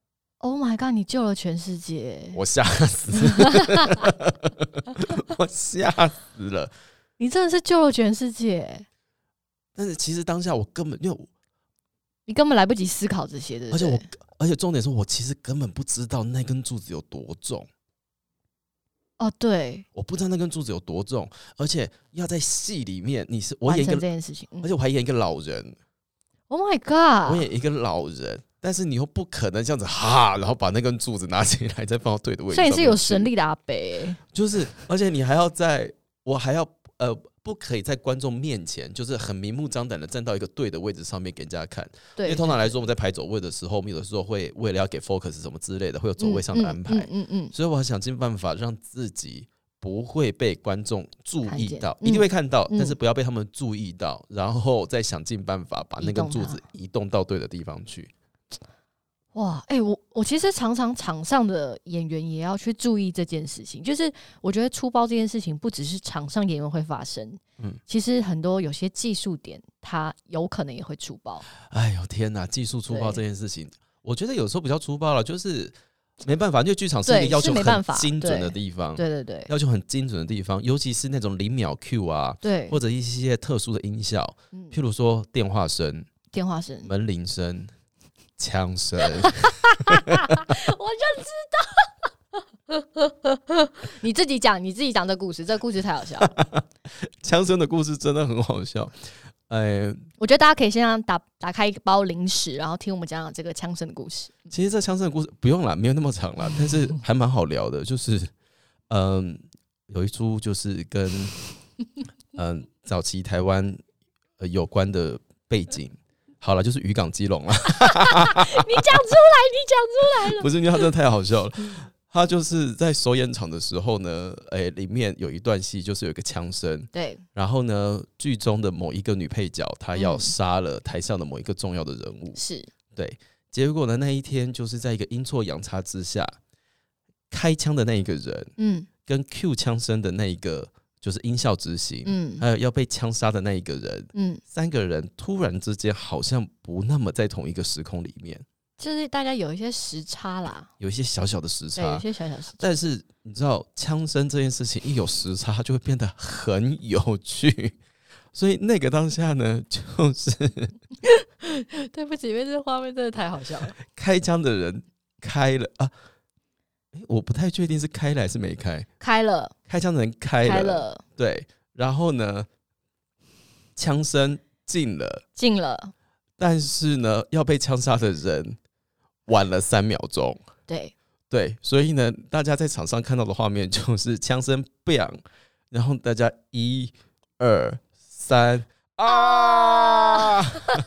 Oh my god！ 你救了全世界， 我吓死了，我吓死了。 你真的是救了全世界， 但是其实当下我根本因为你根本来不及思考这些的， 而且我而且重点是我其实根本不知道那根柱子有多重。 哦，对， 我不知道那根柱子有多重，而且要在戏里面，你是我演一个完成这件事情，嗯、 而且我还演一个老人。 Oh my god！ 我演一个老人，但是你又不可能这样子哈，然后把那根柱子拿起来再放到对的位置。 所以你是有神力的阿伯、欸， 就是，而且你还要在，我还要呃。不可以在观众面前就是很明目张胆的站到一个对的位置上面给人家看，对，因为通常来说我们在排走位的时候，我们有的时候会为了要给 focus 什么之类的，会有走位上的安排，嗯嗯嗯嗯嗯、所以我想尽办法让自己不会被观众注意到，一定会看到，嗯、但是不要被他们注意到，然后再想尽办法把那根柱子移动到对的地方去。 哇，哎、欸，我我其实常常场上的演员也要去注意这件事情，就是我觉得出包这件事情不只是场上演员会发生，嗯，其实很多有些技术点它有可能也会出包。 哎呦天哪，技术出包这件事情，我觉得有时候比较出包了，就是没办法，因为剧场是一个要求很精准的地方， 对对 对, 对， 要求很精准的地方，尤其是那种零秒 Q 啊，对，或者一些特殊的音效，嗯、譬如说电话声、 电话声、 门铃声。枪声， 我就知道。你自己讲，你自己讲这故事，这故事太好笑了。 枪声的故事真的很好笑。哎， 我觉得大家可以先让打打开一包零食，然后听我们讲讲这个枪声的故事。 其实这枪声的故事不用啦，没有那么长啦，但是还蛮好聊的。就是，嗯，有一出就是跟嗯早期台湾呃有关的背景。好了，就是渔港基隆啦。你讲出来，你讲出来了。 不是，因为他真的太好笑了。他就是在首演场的时候呢，欸、里面有一段戏，就是有一个枪声。对。然后呢，剧中的某一个女配角，她要杀了台上的某一个重要的人物。是、嗯。对。结果呢，那一天就是在一个阴错阳差之下，开枪的那一个人，嗯，跟 Q 枪声的那一个。就是音效执行，嗯，还有要被枪杀的那一个人，嗯，三个人突然之间好像不那么在同一个时空里面， 就是大家有一些时差啦， 有一些小小的时差， 对，有些小小的时差。 但是你知道，枪声这件事情一有时差，它就会变得很有趣。所以那个当下呢，就是对不起，因为这画面真的太好笑了。 开枪的人开了啊。欸、我不太确定是开了还是没开， 开了， 开枪的人开了， 开了， 对，然后呢，枪声进了， 进了， 但是呢，要被枪杀的人晚了三秒钟， 对， 对，所以呢，大家在场上看到的画面就是枪声 bang， 然后大家一、二、三啊！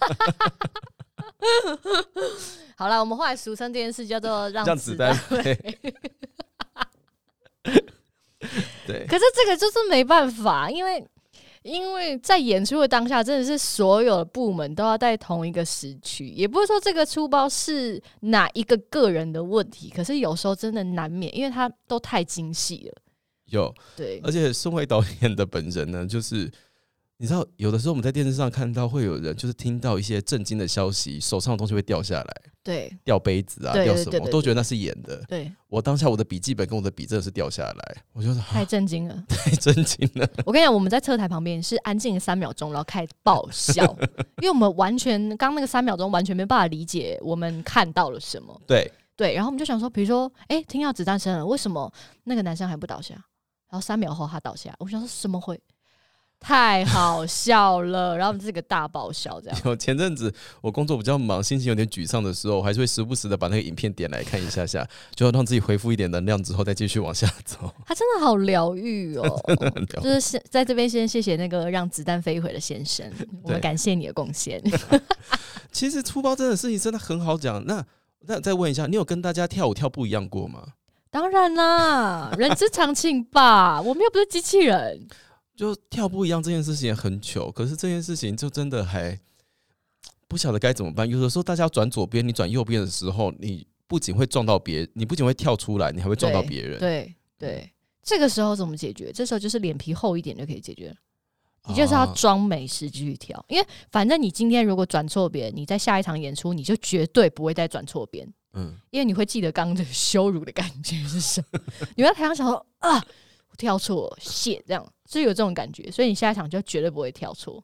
好了，我们后来俗称这件事叫做让子弹飞。对，可是这个就是没办法，因为因为在演出的当下，真的是所有的部门都要在同一个时区，也不是说这个出包是哪一个个人的问题，可是有时候真的难免，因为它都太精细了。 有，对，而且身为导演的本人呢，就是你知道，有的时候我们在电视上看到会有人就是听到一些震惊的消息，手上的东西会掉下来，对，掉杯子啊，掉什么，我都觉得那是演的。对，我当下我的笔记本跟我的笔真的是掉下来，我觉得太震惊了， 太震惊了。 我跟你讲，我们在侧台旁边是安静三秒钟，然后开始爆笑，因为我们完全刚那个三秒钟完全没办法理解我们看到了什么。对对，然后我们就想说，比如说，哎、欸，听到子弹声了，为什么那个男生还不倒下？然后三秒后他倒下，我想说什么会？ 太好笑了，然后这个大爆笑这样。 有前阵子我工作比较忙，心情有点沮丧的时候，我还是会时不时的把那个影片点来看一下下，就要让自己恢复一点能量之后，再继续往下走。 他真的好疗愈哦，就是在这边先谢谢那个让子弹飞一回的先生，我们感谢你的贡献。 其实出包真的事情真的很好讲。那那再问一下，你有跟大家跳舞跳不一样过吗？ 当然啦，人之常情吧，我们又不是机器人。 就跳不一样这件事情也很糗，可是这件事情就真的还不晓得该怎么办。有的时候大家转左边，你转右边的时候，你不仅会撞到别人，你不仅会跳出来，你还会撞到别人。 对 对, 对，这个时候怎么解决？这时候就是脸皮厚一点就可以解决了。你就是要装没事继续跳，因为反正你今天如果转错边，你在下一场演出你就绝对不会再转错边。嗯，因为你会记得刚刚的羞辱的感觉是什么。你会在台上想说啊，我跳错了，谢这样。就有这种感觉，所以你下一场就绝对不会跳错。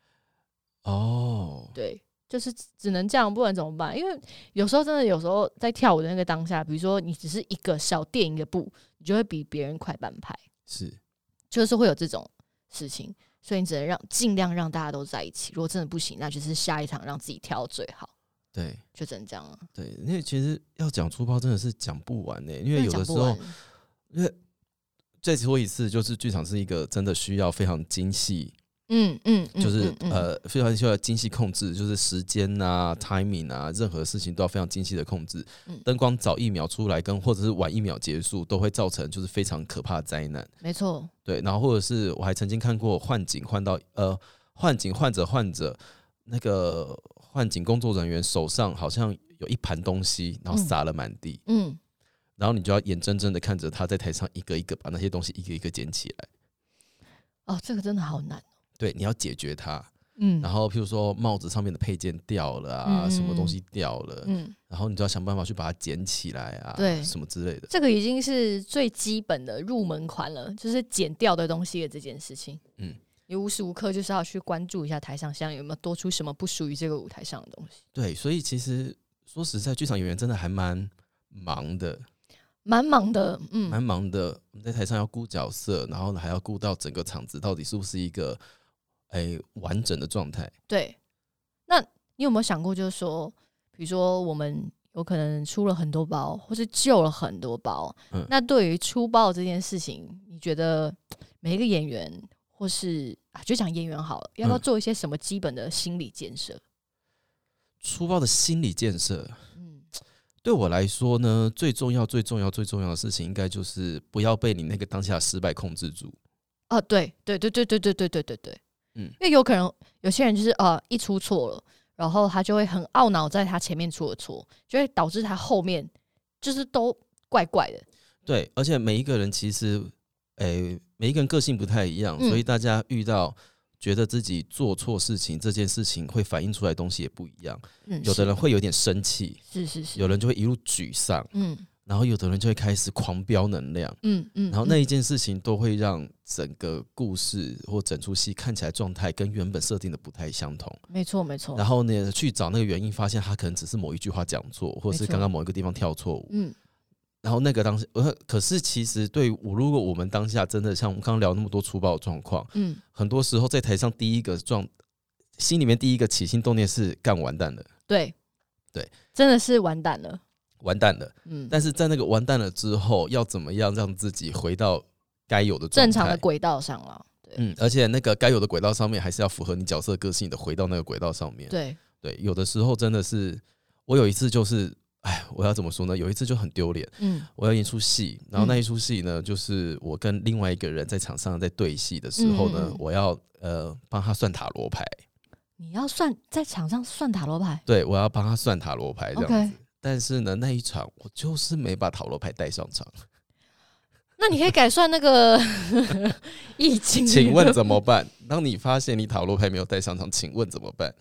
哦，对，就是只能这样，不然怎么办？因为有时候真的，有时候在跳舞的那个当下，比如说你只是一个小垫一个步，你就会比别人快半拍。是，就是会有这种事情，所以你只能让尽量让大家都在一起。如果真的不行，那就是下一场让自己跳最好。对，就只能这样了。 对，因为其实要讲出包真的是讲不完呢、欸，因为有的时候，因为。再说一次，就是剧场是一个真的需要非常精细，嗯嗯，就是、嗯嗯、呃非常需要精细控制，就是时间啊、timing 啊，任何事情都要非常精细的控制。灯、嗯、光早一秒出来，跟或者是晚一秒结束，都会造成就是非常可怕的灾难。没错，对。然后或者是我还曾经看过换景换到呃换景换着换着，那个换景工作人员手上好像有一盘东西，然后撒了满地，嗯。嗯然后你就要眼睁睁的看着他在台上一个一个把那些东西一个一个捡起来。 哦，这个真的好难。 对，你要解决它。嗯。然后譬如说帽子上面的配件掉了啊，嗯、什么东西掉了，嗯。然后你就要想办法去把它捡起来啊，对，什么之类的。 这个已经是最基本的入门款了，就是捡掉的东西的这件事情。嗯。你无时无刻就是要去关注一下台上现在有没有多出什么不属于这个舞台上的东西。 对，所以其实说实在，剧场演员真的还蛮忙的。 蛮忙的，嗯， 蛮忙的。我们在台上要顾角色，然后还要顾到整个场子到底是不是一个哎、欸、完整的状态。对， 那你有没有想过，就是说，比如说我们有可能出了很多包，或是救了很多包，嗯、那对于出包这件事情，你觉得每一个演员，或是啊，就讲演员好了，要不要做一些什么基本的心理建设？ 出包的心理建设。对我来说呢，最重要、最重要、最重要的事情，应该就是不要被你那个当下的失败控制住。 哦，对，对，对，对，对，对，对，对，对，对，嗯，因为有可能有些人就是呃一出错了，然后他就会很懊恼，在他前面出了错，就会导致他后面就是都怪怪的。 对，而且每一个人其实，诶，每一个人个性不太一样，嗯、所以大家遇到。觉得自己做错事情，这件事情会反映出来的东西也不一样。嗯、有的人会有点生气，是是是，有人就会一路沮丧，嗯，然后有的人就会开始狂飙能量，嗯嗯，然后那一件事情都会让整个故事或整出戏看起来状态跟原本设定的不太相同。 没错没错。 然后呢，去找那个原因，发现他可能只是某一句话讲错，或者是刚刚某一个地方跳错误，嗯。然后那个当时，可是其实对我，如果我们当下真的像我们刚刚聊那么多粗暴的状况，嗯，很多时候在台上第一个状，心里面第一个起心动念是干完蛋了，对，对， 真的是完蛋了， 完蛋了，嗯。但是在那个完蛋了之后，要怎么样让自己回到该有的状态正常的轨道上了？ 对，嗯，而且那个该有的轨道上面，还是要符合你角色个性的，回到那个轨道上面。对，对，有的时候真的是，我有一次就是。哎，我要怎么说呢？有一次就很丢脸，嗯，我要演一出戏，然后那一出戏呢，嗯、就是我跟另外一个人在场上在对戏的时候呢，嗯、我要呃帮他算塔罗牌。 你要算在场上算塔罗牌？ 对，我要帮他算塔罗牌这样子。Okay. 但是呢，那一场我就是没把塔罗牌带上场。 那你可以改算那个易经。 请问怎么办？当你发现你塔罗牌没有带上场，请问怎么办？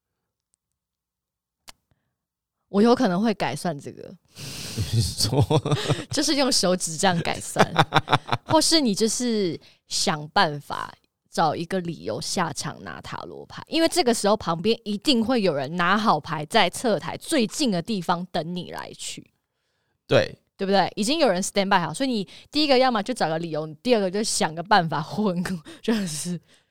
我有可能会改算这个， 你说就是用手指这样改算，或是你就是想办法找一个理由下场拿塔罗牌，因为这个时候旁边一定会有人拿好牌在侧台最近的地方等你来取， 对对不对？已经有人 stand by 好，所以你第一个要么就找个理由，你第二个就想个办法混，就是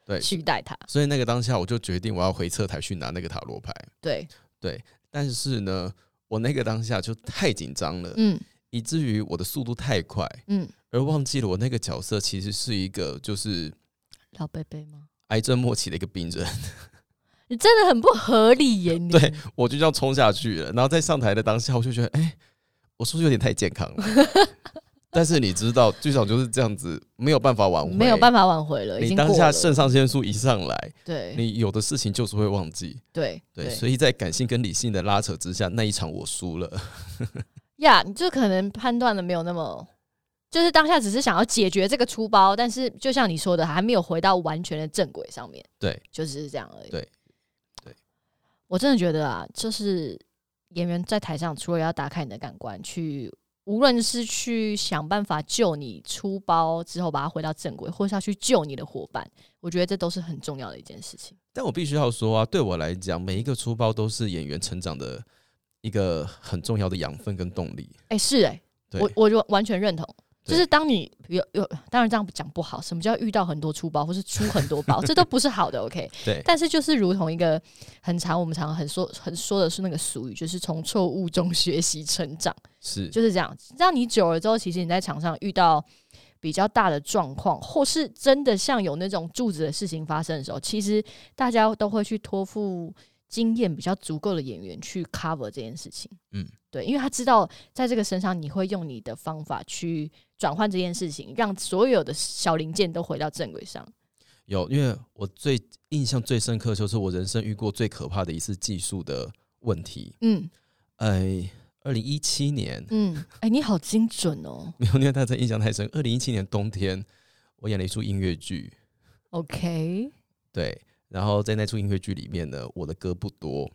对取代它。 所以那个当下我就决定我要回侧台去拿那个塔罗牌。 对对，但是呢，我那个当下就太紧张了，嗯，以至于我的速度太快，嗯，而忘记了我那个角色其实是一个就是老贝贝吗？ 癌症末期的一个病人。 你真的很不合理耶！你对，我就这样冲下去了，然后在上台的当下，我就觉得，哎、欸，我是不是有点太健康了？但是你知道，剧场就是这样子，没有办法挽回， 没有办法挽回了。 你当下肾上腺素一上来， 对， 你有的事情就是会忘记。 对对, 对，所以在感性跟理性的拉扯之下，那一场我输了。 呀， yeah, 你就可能判断的没有那么。就是当下只是想要解决这个出包，但是就像你说的，还没有回到完全的正轨上面。 对， 就是这样而已。 对，对， 我真的觉得啊，就是演员在台上，除了要打开你的感官，去无论是去想办法救你出包之后把它回到正轨，或是要去救你的伙伴，我觉得这都是很重要的一件事情。 但我必须要说啊，对我来讲，每一个出包都是演员成长的一个很重要的养分跟动力。 哎、欸，是哎、欸，我我就完全认同。就是当你有有，当然这样讲不好，什么叫遇到很多出包或是出很多包，这都不是好的 ，OK？ 对。 但是就是如同一个很常我们常很说很说的是那个俗语，就是从错误中学习成长， 是就是这样。让你久了之后，其实你在场上遇到比较大的状况，或是真的像有那种柱子的事情发生的时候，其实大家都会去托付经验比较足够的演员去 cover 这件事情。嗯，对，因为他知道在这个身上你会用你的方法去转换这件事情，让所有的小零件都回到正轨上。 有，因为我最印象最深刻就是我人生遇过最可怕的一次技术的问题。嗯，哎，二零一七年， 嗯，哎、欸，你好精准哦。 没有，因为他真印象太深。二零一七年冬天，我演了一出音乐剧。 OK， 对，然后在那出音乐剧里面呢，我的歌不多。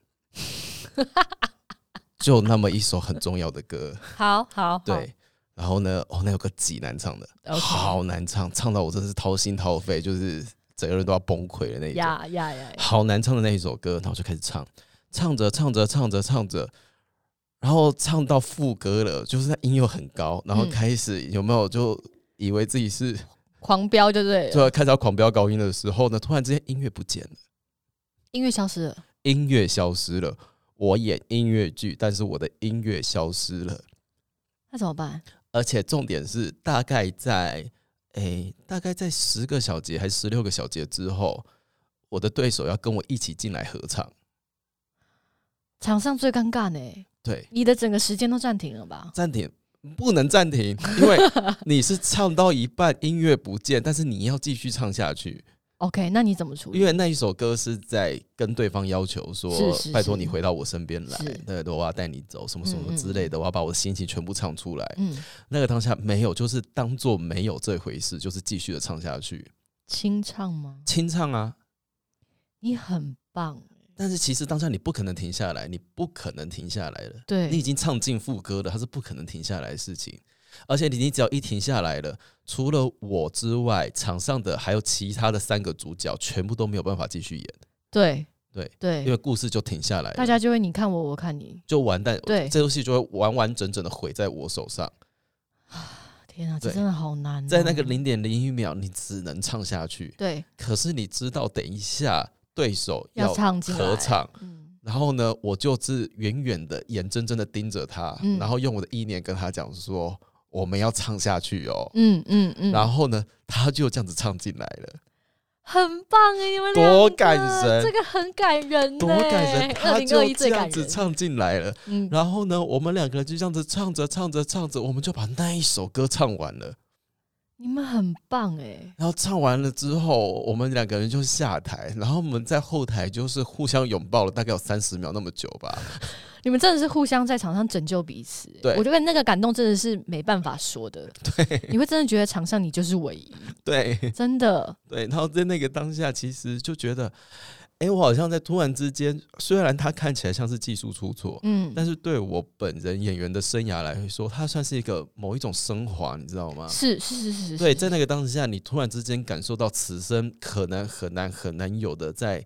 就那么一首很重要的歌， 好好好， 对，然后呢，哦，那有个极难唱的， okay. 好难唱，唱到我真的是掏心掏肺，就是整个人都要崩溃的那一种， yeah, yeah, yeah, yeah. 好难唱的那一首歌，然后我就开始唱，唱着唱着唱着唱着，然后唱到副歌了，就是那音又很高，然后开始、嗯、有没有就以为自己是狂飙，就对了， 就开始要狂飙高音的时候呢，突然之间音乐不见了， 音乐消失了， 音乐消失了。我演音乐剧，但是我的音乐消失了， 那怎么办？ 而且重点是，大概在诶、欸，大概在十个小节还是十六个小节之后，我的对手要跟我一起进来合唱， 场上最尴尬呢。 对， 你的整个时间都暂停了吧？ 暂停，不能暂停，因为你是唱到一半，音乐不见，但是你要继续唱下去。 OK， 那你怎么处理？ 因为那一首歌是在跟对方要求说， 是是是拜托你回到我身边来，对，我要带你走，什么什么之类的，嗯嗯我要把我的心情全部唱出来。嗯，那个当下没有，就是当作没有这回事，就是继续的唱下去。 清唱吗？ 清唱啊， 你很棒。 但是其实当下你不可能停下来，你不可能停下来了。 对， 你已经唱进副歌了，它是不可能停下来的事情。而且你你只要一停下来了，除了我之外，场上的还有其他的三个主角，全部都没有办法继续演。 对对对， 因为故事就停下来了， 大家就会你看我，我看你， 就完蛋。 对， 这部戏就会完完整整的毁在我手上。 天啊，这真的好难、哦。 在那个零点零一秒，你只能唱下去。 对， 可是你知道，等一下对手要合唱。然后呢，我就是远远的、眼睁睁的盯着他、嗯，然后用我的意念跟他讲说。我们要唱下去哦，嗯嗯嗯，然后呢，他就这样子唱进来了， 很棒哎，你们多感人， 这个很感人， 多感人，他就这样子唱进来了，嗯，然后呢，我们两个人就这样子唱着唱着唱着，我们就把那一首歌唱完了。 你们很棒哎！ 然后唱完了之后，我们两个人就下台，然后我们在后台就是互相拥抱了，大概有三十秒那么久吧。 你们真的是互相在场上拯救彼此， 对， 我觉得那个感动真的是没办法说的。 对， 你会真的觉得场上你就是唯一， 对， 真的。 对，然后在那个当下，其实就觉得，哎、欸，我好像在突然之间，虽然他看起来像是技术出错，嗯，但是对我本人演员的生涯来说，它算是一个某一种升华，你知道吗？ 是是是 是, 是。 对，在那个当下，你突然之间感受到此生可能很难很难有的在。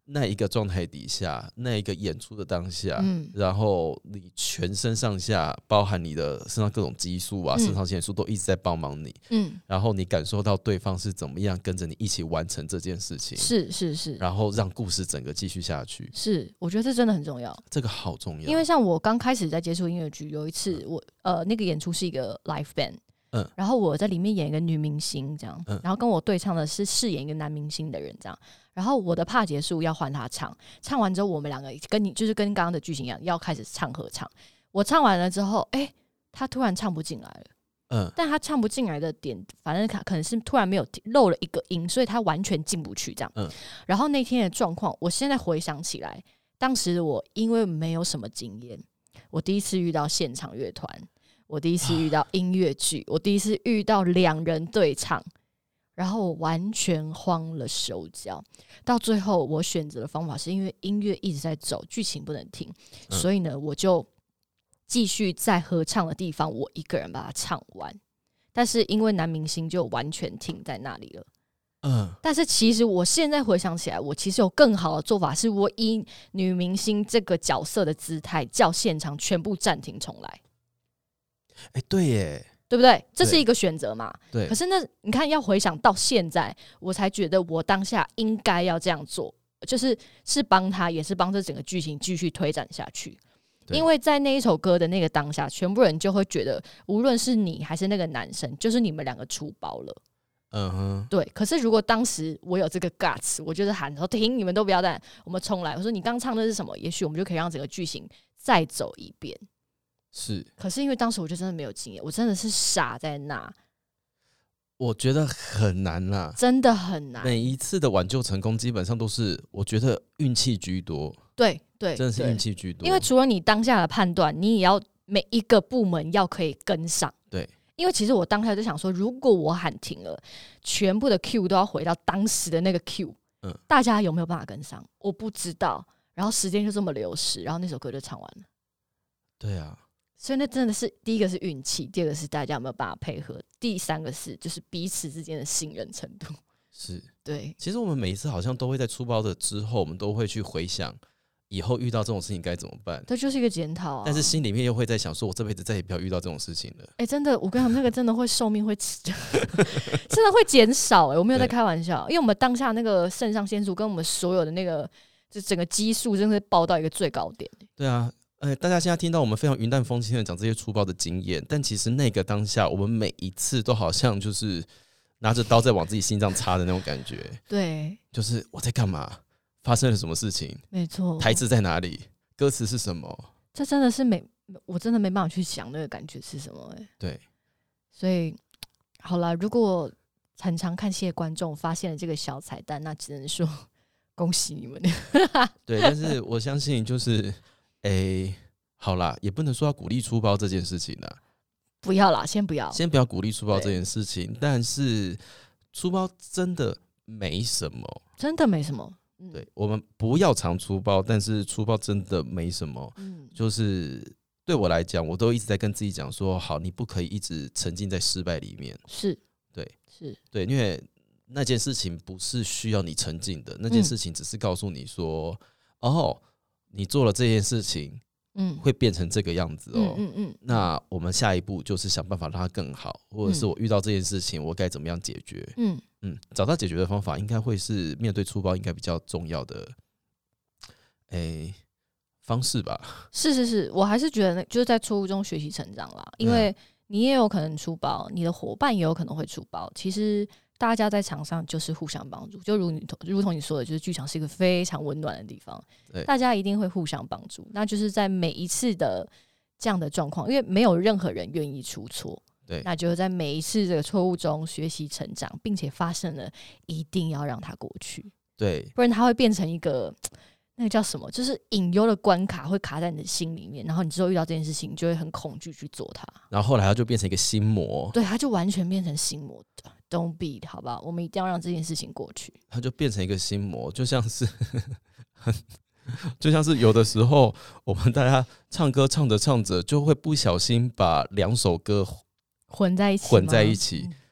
那一个状态底下，那一个演出的当下、嗯、然后你全身上下包含你的身上各种激素啊、肾上腺素都一直在帮忙你、嗯、然后你感受到对方是怎么样跟着你一起完成这件事情， 是是是， 然后让故事整个继续下去， 是我觉得这真的很重要， 这个好重要。 因为像我刚开始在接触音乐剧，有一次我、嗯、呃那个演出是一个 live band，嗯，然后我在里面演一个女明星这样、嗯、然后跟我对唱的是饰演一个男明星的人这样，然后我的怕结束要换他唱，唱完之后我们两个跟你就是跟刚刚的剧情一样要开始唱合唱，我唱完了之后哎、欸，他突然唱不进来了，嗯，但他唱不进来的点反正可能是突然没有漏了一个音，所以他完全进不去这样、嗯、然后那天的状况我现在回想起来，当时我因为没有什么经验，我第一次遇到现场乐团，我第一次遇到音乐剧，我第一次遇到两人对唱，然后我完全慌了手脚。到最后我选择的方法是因为音乐一直在走，剧情不能停、嗯、所以呢我就继续在合唱的地方我一个人把它唱完，但是因为男明星就完全停在那里了，嗯，但是其实我现在回想起来，我其实有更好的做法，是我以女明星这个角色的姿态叫现场全部暂停重来。 哎、欸，对耶， 对不对？这是一个选择嘛。 对。 可是那你看，要回想到现在，我才觉得我当下应该要这样做，就是是帮他，也是帮这整个剧情继续推展下去。因为在那一首歌的那个当下，全部人就会觉得，无论是你还是那个男生，就是你们两个出包了。嗯哼。对。可是如果当时我有这个 guts， 我就是喊说停，你们都不要弹，我们重来。我说你刚唱的是什么？也许我们就可以让整个剧情再走一遍。 是， 可是因为当时我就真的没有经验，我真的是傻在那。 我觉得很难啦， 真的很难。 每一次的挽救成功，基本上都是我觉得运气居多。 对对， 真的是运气居多。 因为除了你当下的判断，你也要每一个部门要可以跟上。 对， 因为其实我当下就想说，如果我喊停了，全部的 Q 都要回到当时的那个 Q，嗯，大家有没有办法跟上？我不知道。然后时间就这么流逝，然后那首歌就唱完了。 对啊。 所以那真的是第一个是运气，第二个是大家有没有办法配合，第三个是就是彼此之间的信任程度。 是， 对。 其实我们每一次好像都会在出包的之后，我们都会去回想以后遇到这种事情该怎么办。 这就是一个检讨啊。 但是心里面又会在想说，我这辈子再也不要遇到这种事情了。 哎、欸，真的，我跟你讲，那个真的会寿命会真的会减少。哎、欸，我没有在开玩笑，因为我们当下那个肾上腺素跟我们所有的那个就整个激素真的是爆到一个最高点。 对啊。呃，大家现在听到我们非常云淡风轻的讲这些粗暴的经验，但其实那个当下，我们每一次都好像就是拿着刀在往自己心脏插的那种感觉。 对， 就是我在干嘛？发生了什么事情？ 没错。 台词在哪里？歌词是什么？ 这真的是没，我真的没办法去想那个感觉是什么、欸。 对。所以好啦，如果很常看戏的观众发现了这个小彩蛋，那只能说恭喜你们。 对，但是我相信就是。哎、欸，好啦，也不能说要鼓励出包这件事情啦， 不要啦，先不要， 先不要鼓励出包这件事情。但是出包真的没什么， 真的没什么。 嗯、对，我们不要常出包，但是出包真的没什么。嗯，就是对我来讲，我都一直在跟自己讲说，好，你不可以一直沉浸在失败里面。 是， 对， 是对，因为那件事情不是需要你沉浸的，那件事情只是告诉你说，嗯、哦。你做了这件事情，嗯，会变成这个样子哦。嗯嗯嗯。那我们下一步就是想办法让它更好，或者是我遇到这件事情，我该怎么样解决？嗯嗯，找到解决的方法，应该会是面对出包应该比较重要的，哎、欸，方式吧。 是是是，我还是觉得就是在错误中学习成长啦。因为你也有可能出包，你的伙伴也有可能会出包。其实。大家在场上就是互相帮助，就如你如同你说的，就是剧场是一个非常温暖的地方，大家一定会互相帮助。那就是在每一次的这样的状况，因为没有任何人愿意出错，对，那就是在每一次这个错误中学习成长，并且发生了，一定要让它过去， 对， 不然它会变成一个那个叫什么，就是隐忧的关卡会卡在你的心里面，然后你之后遇到这件事情，你就会很恐惧去做它， 然后后来它就变成一个心魔， 对，它就完全变成心魔的。Don't be， 好吧，我们一定要让这件事情过去。 它就变成一个心魔，就像是，就像是有的时候我们大家唱歌唱着唱着，就会不小心把两首歌混在一起， 混在一起。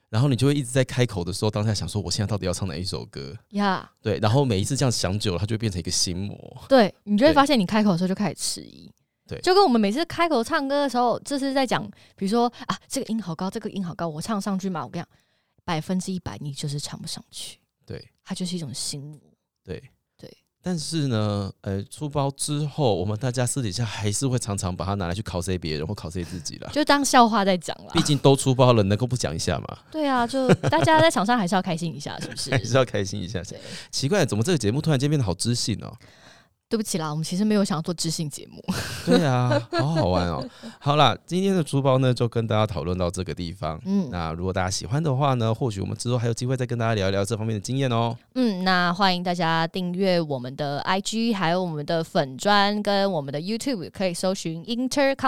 然后你就会一直在开口的时候，当下想说我现在到底要唱哪一首歌呀？ Yeah. 对，然后每一次这样想久了，它就会变成一个心魔。 对，你就会发现你开口的时候就开始迟疑。 对， 就跟我们每次开口唱歌的时候，这是在讲，比如说啊，这个音好高，这个音好高，我唱上去嘛，我跟你讲，百分之一百你就是唱不上去。 对， 它就是一种心魔。 对对， 但是呢，呃，出包之后，我们大家私底下还是会常常把它拿来去考 C 别人或考 C 自己啦， 就当笑话在讲啦。 毕竟都出包了，能够不讲一下吗？ 对啊，就大家在场上还是要开心一下，是不是？ 还是要开心一下。奇怪，怎么这个节目突然间变得好知性哦？ 对不起啦，我们其实没有想要做知性节目。 对啊，好好玩哦。好啦，今天的出包呢，就跟大家讨论到这个地方。嗯，那如果大家喜欢的话呢，或许我们之后还有机会再跟大家聊一聊这方面的经验哦。 嗯，那欢迎大家订阅我们的 I G， 还有我们的粉专跟我们的 YouTube， 可以搜寻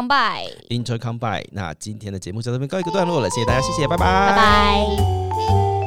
Intercombine。 Intercombine。那今天的节目就到这边告一个段落了，谢谢大家，谢谢，拜拜， 拜拜。